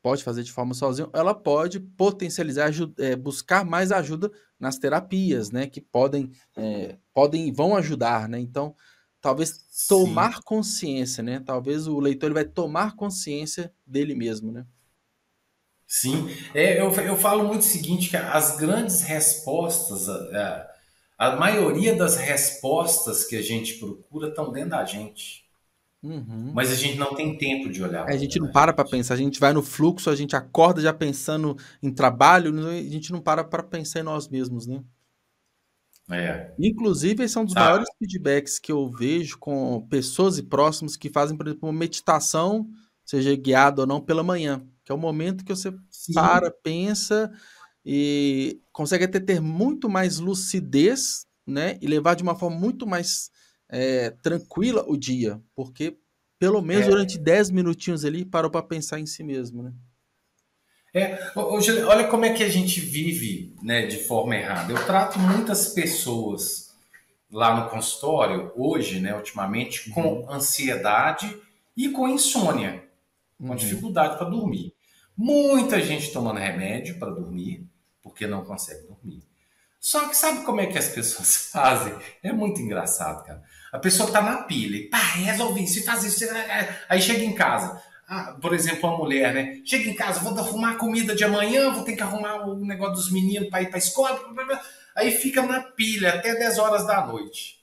pode fazer de forma sozinha, ela pode potencializar, buscar mais ajuda nas terapias, né? Que podem e vão ajudar, né? Então, talvez Sim, tomar consciência, né? Talvez o leitor ele vai tomar consciência dele mesmo, né? sim. Eu falo muito o seguinte, que as grandes respostas, a maioria das respostas que a gente procura estão dentro da gente. Uhum. Mas a gente não tem tempo de olhar A para gente dentro não da para gente. pensar, a gente vai no fluxo, a gente acorda já pensando em trabalho, né, a gente não para pensar em nós mesmos, né? É, Inclusive, esse é um dos sabe? maiores feedbacks que eu vejo com pessoas e próximos que fazem, por exemplo, uma meditação, seja guiada ou não, pela manhã, que é o momento que você para, Sim. pensa e consegue até ter muito mais lucidez, né? E levar de uma forma muito mais tranquila o dia, porque pelo menos É, durante 10 minutinhos ali parou para pensar em si mesmo, né? Juliano, olha como é que a gente vive, né, de forma errada. Eu trato muitas pessoas lá no consultório, hoje, né, ultimamente, com Uhum, ansiedade e com insônia, com uhum. dificuldade para dormir. Muita gente tomando remédio para dormir, porque não consegue dormir. Só que sabe como é que as pessoas fazem? É muito engraçado, cara. A pessoa tá na pilha e pá, resolve isso, faz isso. Aí chega em casa. Ah, por exemplo, uma mulher, né? Chega em casa, vou arrumar a comida de amanhã, vou ter que arrumar o negócio dos meninos para ir para escola. Blá, blá, blá. Aí fica na pilha até 10 horas da noite.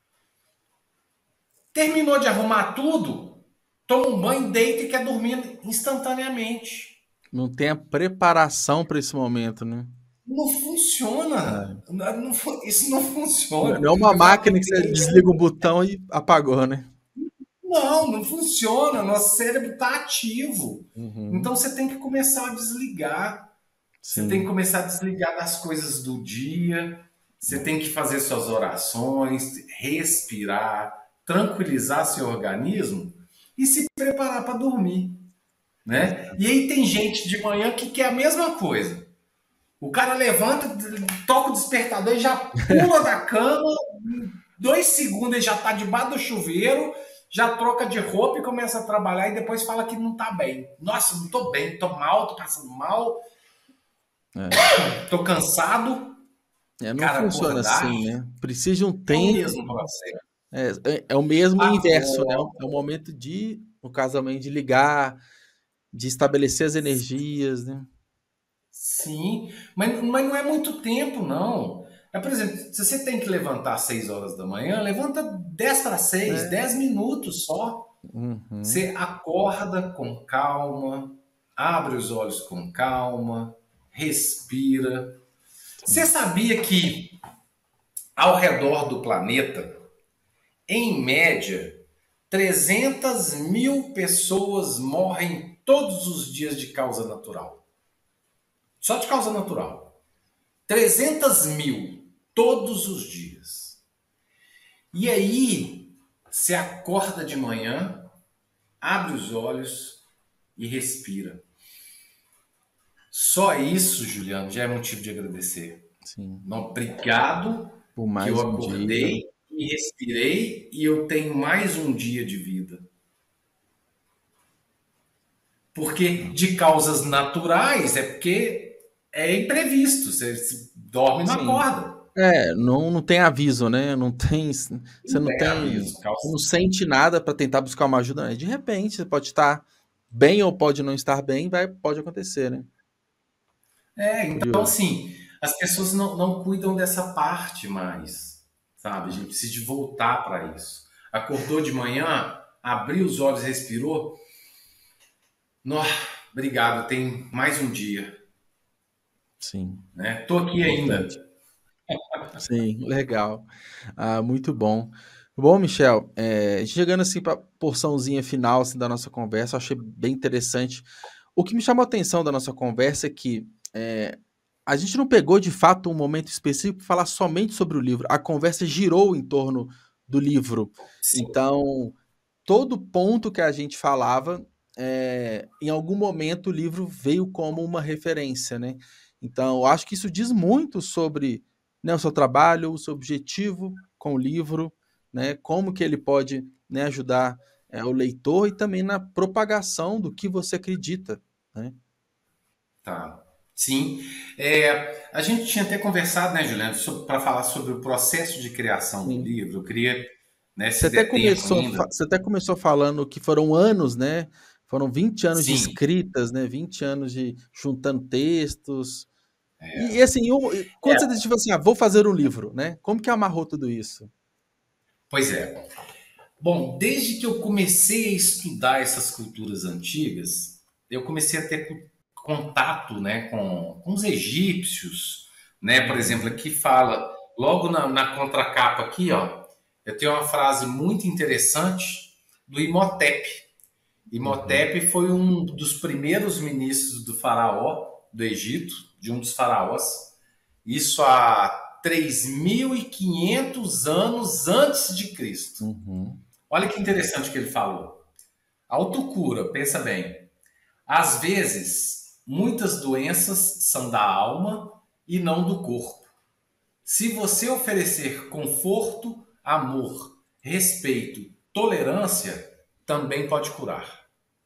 Terminou de arrumar tudo, toma um banho, deita e quer dormir instantaneamente. Não tem a preparação para esse momento, né? Não funciona. É. Isso não funciona. Não é uma Eu falo que máquina que você desliga um botão e apagou, né? não funciona. Nosso cérebro está ativo. Uhum, Então você tem que começar a desligar. Você tem que sim. começar a desligar das coisas do dia. Você tem que fazer suas orações, respirar, tranquilizar seu organismo e se preparar para dormir, né? E aí tem gente de manhã que quer a mesma coisa. O cara levanta, toca o despertador e já pula da cama, em 2 segundos ele já está debaixo do chuveiro, já troca de roupa e começa a trabalhar e depois fala que não está bem. Nossa, não estou bem, estou mal, estou passando mal, É. estou cansado. Não Cara, funciona acordar assim, né? Precisa de um é o tempo. mesmo processo. É o mesmo inverso, né? Acorda, É o momento de, no caso também, de ligar, de estabelecer as energias, né? sim, mas não é muito tempo, não. É, por exemplo, se você tem que levantar às 6 horas da manhã, levanta 10 para 6, É. 10 minutos só. Uhum. Você acorda com calma, abre os olhos com calma, respira. Você Sim. sabia que ao redor do planeta, em média, 300 mil pessoas morrem todos os dias de causa natural? Só de causa natural. 300 mil todos os dias. E aí, você acorda de manhã, abre os olhos e respira. Só isso, Juliano, já é motivo de agradecer. Sim. Não, obrigado Por que eu mais um dia. acordei e respirei e eu tenho mais um dia de vida. Porque de causas naturais é porque é imprevisto. Você dorme e não Sim. acorda. Não tem aviso, né? Não tem, você Não não tem tem, aviso. você não sente nada para tentar buscar uma ajuda, né? De repente, você pode estar bem ou pode não estar bem, pode acontecer, né? Então Curioso. assim, as pessoas não cuidam dessa parte mais, sabe? A gente precisa de voltar para isso. Acordou de manhã, abriu os olhos, respirou. Nó, obrigado, tem mais um dia, Sim, né? Tô aqui importante. ainda. Sim, legal. Muito bom. Bom, Michel, chegando assim para a porçãozinha final assim, da nossa conversa, eu achei bem interessante. O que me chamou a atenção da nossa conversa é que a gente não pegou de fato um momento específico para falar somente sobre o livro. A conversa girou em torno do livro. Sim, Então, todo ponto que a gente falava, em algum momento o livro veio como uma referência, né? Então, eu acho que isso diz muito sobre, né, o seu trabalho, o seu objetivo com o livro, né? Como que ele pode, né, ajudar o leitor e também na propagação do que você acredita, né? Tá. Sim. A gente tinha até conversado, né, Juliano, para falar sobre o processo de criação do Sim. livro. Eu queria, né, se der tempo ainda. Você até começou falando que foram anos, né? Foram 20 anos de Sim. escritas, né? 20 anos de juntando textos. E assim, quando você É, decidiu assim, vou fazer um livro, né? Como que amarrou tudo isso? pois é. Bom, desde que eu comecei a estudar essas culturas antigas, eu comecei a ter contato, né, com os egípcios, né? Por exemplo, Uhum. aqui fala, logo na contracapa aqui, ó, eu tenho uma frase muito interessante do Imhotep. Uhum. Imhotep foi um dos primeiros ministros do faraó do Egito, de um dos faraós, isso há 3.500 anos antes de Cristo. Uhum. Olha que interessante que ele falou. Autocura, pensa bem. Às vezes, muitas doenças são da alma e não do corpo. Se você oferecer conforto, amor, respeito, tolerância, também pode curar.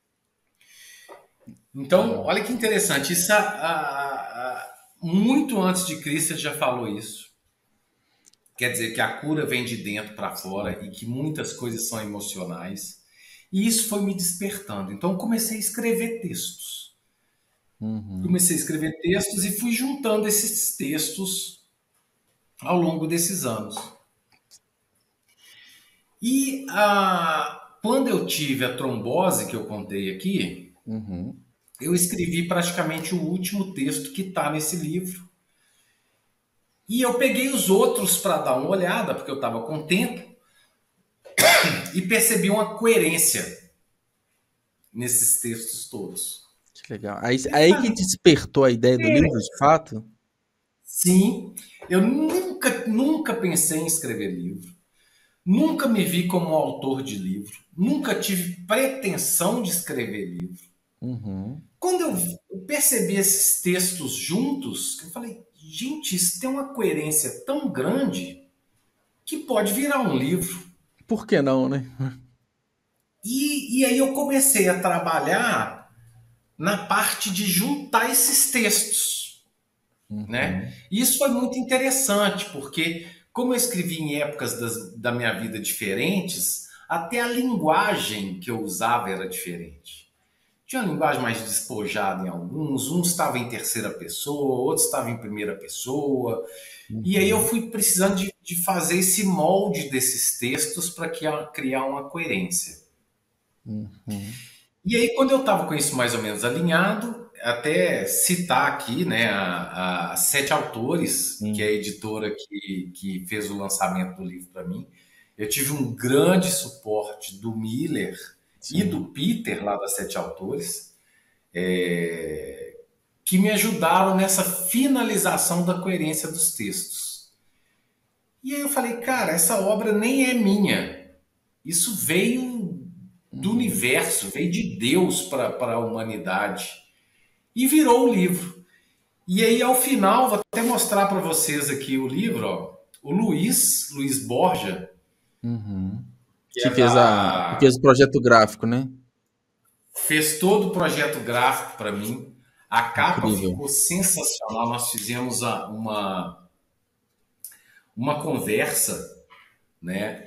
Então, Legal. olha que interessante. Isso muito antes de Cristo ele já falou isso. Quer dizer que a cura vem de dentro para Sim. fora e que muitas coisas são emocionais. E isso foi me despertando. Então, comecei a escrever textos. Uhum. Comecei a escrever textos e fui juntando esses textos ao longo desses anos. E quando eu tive a trombose que eu contei aqui, Uhum. eu escrevi praticamente o último texto que está nesse livro. E eu peguei os outros para dar uma olhada, porque eu estava com tempo, e percebi uma coerência nesses textos todos. Que legal. Aí, Eu aí que falei, despertou a ideia do livro, de fato? sim, eu nunca pensei em escrever livro, nunca me vi como autor de livro, nunca tive pretensão de escrever livro. Uhum. Quando eu percebi esses textos juntos, eu falei, gente, isso tem uma coerência tão grande que pode virar um livro. Por que não, né? E aí eu comecei a trabalhar na parte de juntar esses textos, né? Uhum. E isso foi muito interessante, porque como eu escrevi em épocas da minha vida diferentes, até a linguagem que eu usava era diferente. Tinha uma linguagem mais despojada em alguns, uns estavam em terceira pessoa, outros estavam em primeira pessoa. E aí eu Uhum. fui precisando de fazer esse molde desses textos para criar uma coerência. Uhum. E aí, quando eu estava com isso mais ou menos alinhado, até citar aqui, né, a Sete Autores, que é a Sim. editora que fez o lançamento do livro para mim, eu tive um grande suporte do Miller e do Sim. Peter, lá da Sete Autores, que me ajudaram nessa finalização da coerência dos textos. E aí eu falei, cara, essa obra nem é minha. Isso veio do Uhum. universo, veio de Deus para a humanidade. E virou o livro. E aí, ao final, vou até mostrar para vocês aqui o livro, ó, o Luiz Borja, Uhum. que é Que fez o projeto gráfico, né? fez todo o projeto gráfico para mim. A capa Incrível. ficou sensacional. Nós fizemos uma conversa, né,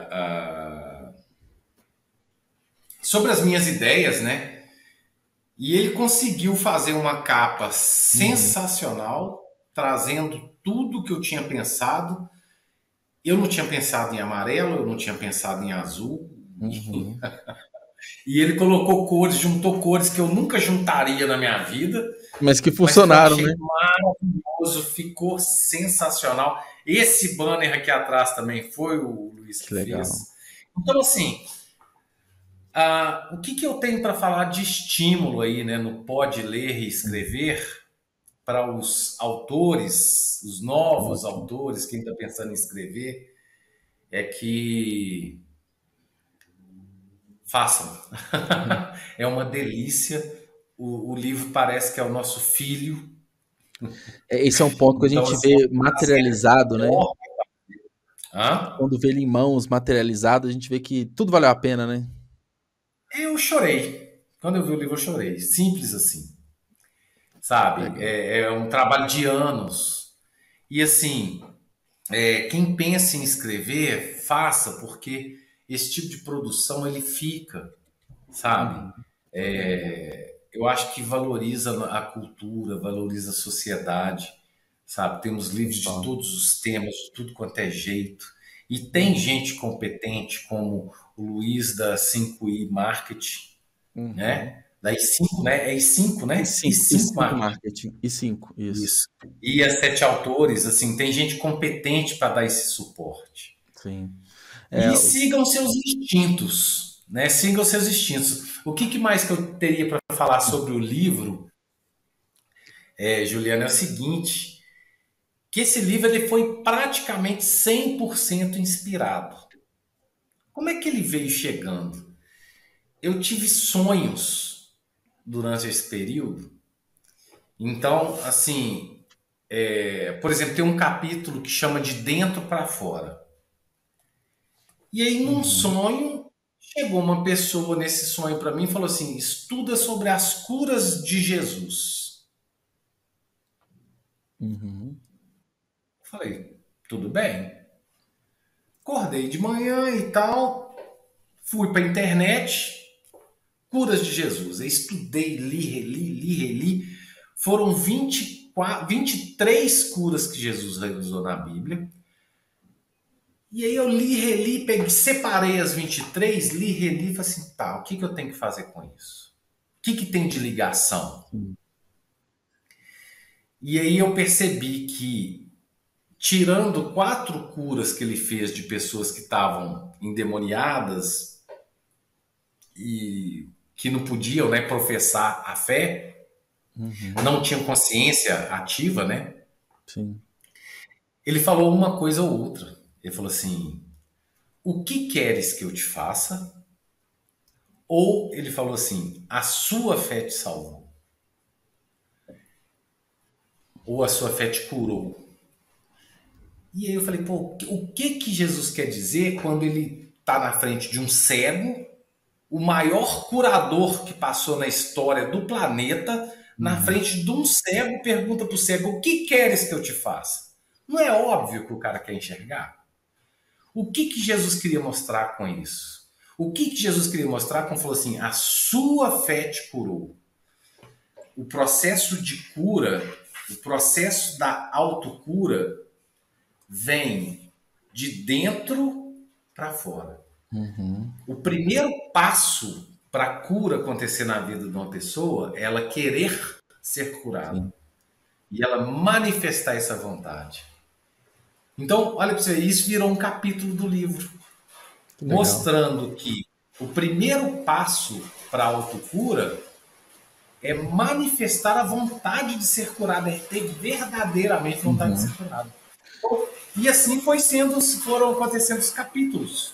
sobre as minhas ideias, né? E ele conseguiu fazer uma capa Uhum. sensacional, trazendo tudo que eu tinha pensado. Eu não tinha pensado em amarelo, eu não tinha pensado em azul. Uhum. E ele colocou cores, juntou cores que eu nunca juntaria na minha vida, Mas que mas que eu funcionaram, achei né? maravilhoso, ficou sensacional. Esse banner aqui atrás também foi o Luiz que Que legal. fez. Então, assim, o que eu tenho para falar de estímulo aí, né, no Pode Ler e Hum. Escrever para os autores, os novos Ótimo. autores, quem está pensando em escrever, é que façam. Uhum. É uma delícia. O livro parece que é o nosso filho. Esse é um ponto que a Então, gente assim, vê a série materializado, né? enorme. Hã? Quando vê ele em mãos, materializado, a gente vê que tudo valeu a pena, né? Eu chorei. Quando eu vi o livro, eu chorei. Simples assim. sabe? Legal. É um trabalho de anos. E assim, quem pensa em escrever, faça, porque esse tipo de produção ele fica, sabe? Uhum. Eu acho que valoriza a cultura, valoriza a sociedade, sabe? Temos livros de Só. todos os temas, de tudo quanto é jeito. E tem Uhum. gente competente como o Luiz da 5i Marketing, Uhum. né? Da I5, né? É I5, né? E I5 cinco Marketing. marketing. E cinco, isso. Isso. E as sete autores, assim, tem gente competente para dar esse suporte. Sim. É, E sigam seus instintos, né? Sigam seus instintos. O que mais que eu teria para falar sobre o livro, Juliana, é o seguinte, que esse livro ele foi praticamente 100% inspirado. Como é que ele veio chegando? Eu tive sonhos durante esse período. Então, assim, por exemplo, tem um capítulo que chama de Dentro para Fora. E aí, num uhum. sonho, chegou uma pessoa nesse sonho para mim e falou assim: estuda sobre as curas de Jesus. Uhum. Eu falei, tudo bem. Acordei de manhã e tal, fui para a internet, curas de Jesus. Eu estudei, li. Foram 23 curas que Jesus realizou na Bíblia. E aí eu li, reli, peguei, separei as 23, li, reli e falei assim, tá, o que eu tenho que fazer com isso? O que tem de ligação? Sim. E aí eu percebi que, tirando 4 curas que ele fez de pessoas que estavam endemoniadas e que não podiam, né, professar a fé, Uhum. não tinham consciência ativa, né? Sim. Ele falou uma coisa ou outra. Ele falou assim: o que queres que eu te faça? Ou ele falou assim: a sua fé te salvou. Ou a sua fé te curou. E aí eu falei, pô, o que Jesus quer dizer quando ele está na frente de um cego, o maior curador que passou na história do planeta, na Uhum. frente de um cego, pergunta para o cego: o que queres que eu te faça? Não é óbvio que o cara quer enxergar? O que Jesus queria mostrar com isso? O que Jesus queria mostrar quando falou assim: a sua fé te curou? O processo de cura, o processo da autocura vem de dentro para fora. Uhum. O primeiro passo para a cura acontecer na vida de uma pessoa é ela querer ser curada Sim. e ela manifestar essa vontade. Então, olha para você, isso virou um capítulo do livro, Que legal. mostrando que o primeiro passo para a autocura é manifestar a vontade de ser curado, é ter verdadeiramente vontade de ser Uhum. curado. E assim foram acontecendo os capítulos.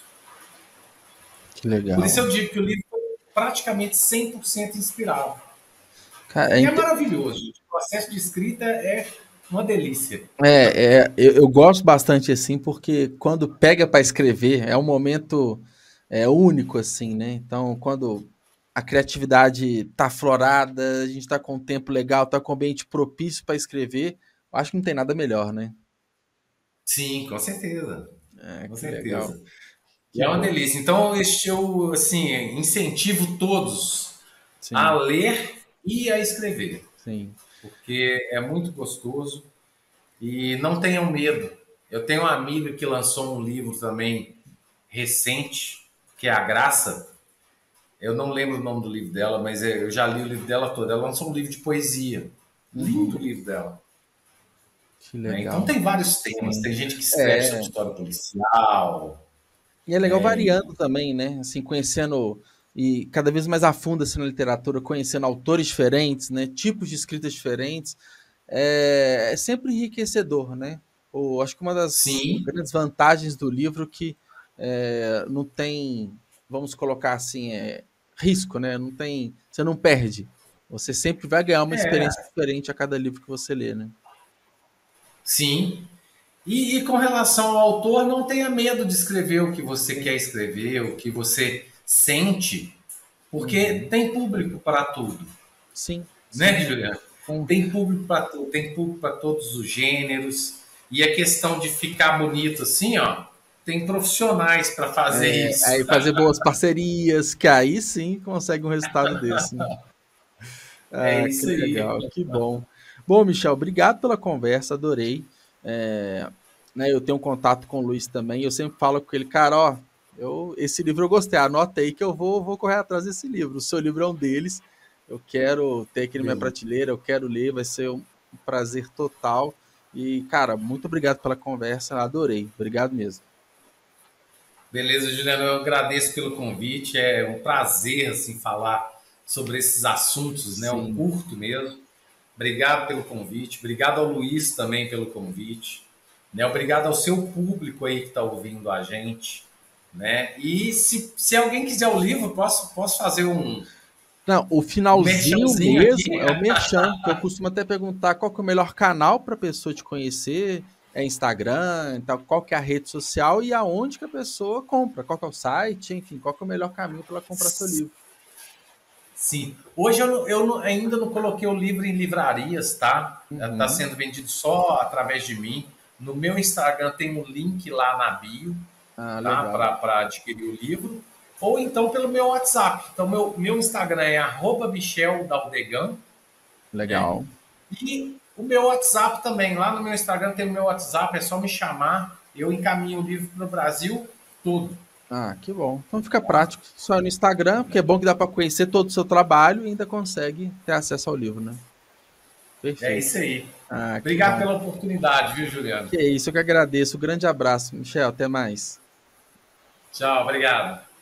Que Por isso legal. eu digo que o livro foi praticamente 100% inspirado. Cara, E é maravilhoso. O processo de escrita é uma delícia. eu gosto bastante assim, porque quando pega para escrever é um momento único, assim, né? Então, quando a criatividade tá aflorada, a gente tá com um tempo legal, tá com um ambiente propício para escrever, eu acho que não tem nada melhor, né? Sim, com certeza. É, Com que legal. certeza. E Que é uma bom. delícia. Então, eu assim, incentivo todos a Sim, ler e a escrever, sim. porque é muito gostoso e não tenham medo. Eu tenho uma amiga que lançou um livro também recente, que é A Graça. Eu não lembro o nome do livro dela, mas eu já li o livro dela todo. Ela lançou um livro de poesia. Lindo o Uhum. livro dela. Que Né? Então legal. tem vários temas. Sim. Tem gente que escreve sobre É, história policial. e é legal variando também, né? Assim, conhecendo e cada vez mais a fundo assim, na literatura, conhecendo autores diferentes, né? Tipos de escritas diferentes. É sempre enriquecedor, né? Acho que uma das Sim, grandes vantagens do livro que não tem, vamos colocar assim, risco, né? Não tem, você não perde. Você sempre vai ganhar uma experiência diferente a cada livro que você lê, né? sim. E com relação ao autor, não tenha medo de escrever o que você quer escrever, o que você sente, porque Uhum. tem público para tudo, Sim, né, sim. Juliano? Tem público para todos os gêneros. E a questão de ficar bonito assim, ó, tem profissionais para fazer isso. Aí fazer boas parcerias, que aí sim consegue um resultado desse, né? É Que isso aí. legal, que bom. Bom, Michel, obrigado pela conversa, adorei. Né, eu tenho um contato com o Luiz também, eu sempre falo com ele, cara, ó, esse livro eu gostei, anota aí que eu vou correr atrás desse livro. O seu livro é um deles, eu quero ter aqui na minha prateleira, eu quero ler, vai ser um prazer total. E, cara, muito obrigado pela conversa, adorei. Obrigado mesmo. Beleza, Juliano, eu agradeço pelo convite. É um prazer assim falar sobre esses assuntos, né? Eu Sim. curto mesmo. Obrigado pelo convite. Obrigado ao Luiz também pelo convite. Né? Obrigado ao seu público aí que está ouvindo a gente. Né? E se alguém quiser o livro, posso fazer um Não, o finalzinho merchanzinho mesmo aqui. é o merchan, que eu costumo até perguntar qual que é o melhor canal para a pessoa te conhecer, é Instagram, então, qual que é a rede social e aonde que a pessoa compra, qual que é o site, enfim, qual que é o melhor caminho para ela comprar seu livro. Sim. Hoje ainda não coloquei o livro em livrarias, tá? Está sendo vendido só através de mim. No meu Instagram tem um link lá na bio, tá? Legal. Para adquirir o livro. Ou então pelo meu WhatsApp. Então, meu Instagram é @micheldaldegan. Legal. Né? E o meu WhatsApp também. Lá no meu Instagram tem o meu WhatsApp, é só me chamar. Eu encaminho o livro para o Brasil todo. Que bom. Então fica prático, só no Instagram, porque é bom que dá para conhecer todo o seu trabalho e ainda consegue ter acesso ao livro, né? É Perfeito. isso aí. Que Obrigado bom. pela oportunidade, viu, Juliano? Que é isso, eu que agradeço. Um grande abraço, Michel, até mais. Tchau, obrigado.